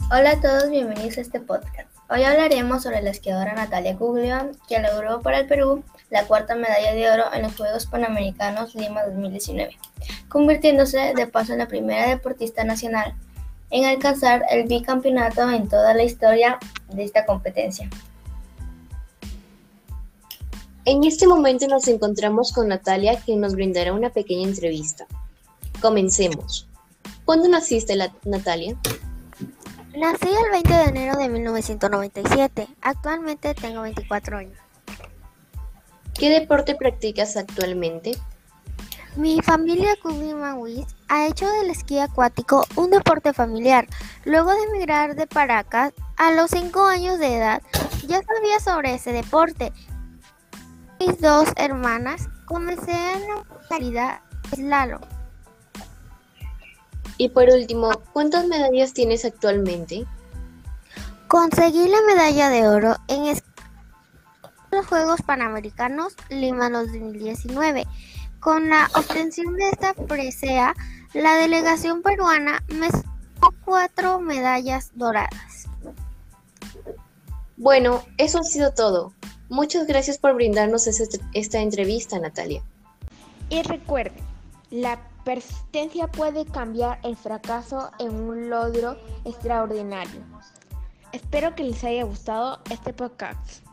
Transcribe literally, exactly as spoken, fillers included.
Hola a todos, bienvenidos a este podcast. Hoy hablaremos sobre la esquiadora Natalia Guglia, que logró para el Perú la cuarta medalla de oro en los Juegos Panamericanos Lima dos mil diecinueve, convirtiéndose de paso en la primera deportista nacional en alcanzar el bicampeonato en toda la historia de esta competencia. En este momento nos encontramos con Natalia, quien nos brindará una pequeña entrevista. Comencemos. ¿Cuándo naciste, la- Natalia? Nací el veinte de enero de mil novecientos noventa y siete. Actualmente tengo veinticuatro años. ¿Qué deporte practicas actualmente? Mi familia Kubi-Manguis ha hecho del esquí acuático un deporte familiar. Luego de emigrar de Paracas, a los cinco años de edad, ya sabía sobre ese deporte. Mis dos hermanas comencé en la modalidad slalom. Y por último, ¿cuántas medallas tienes actualmente? Conseguí la medalla de oro en esquí en los Juegos Panamericanos Lima dos mil diecinueve. Con la obtención de esta presea, la delegación peruana me sacó cuatro medallas doradas. Bueno, eso ha sido todo. Muchas gracias por brindarnos ese- esta entrevista, Natalia. Y recuerden, la persistencia puede cambiar el fracaso en un logro extraordinario. Espero que les haya gustado este podcast.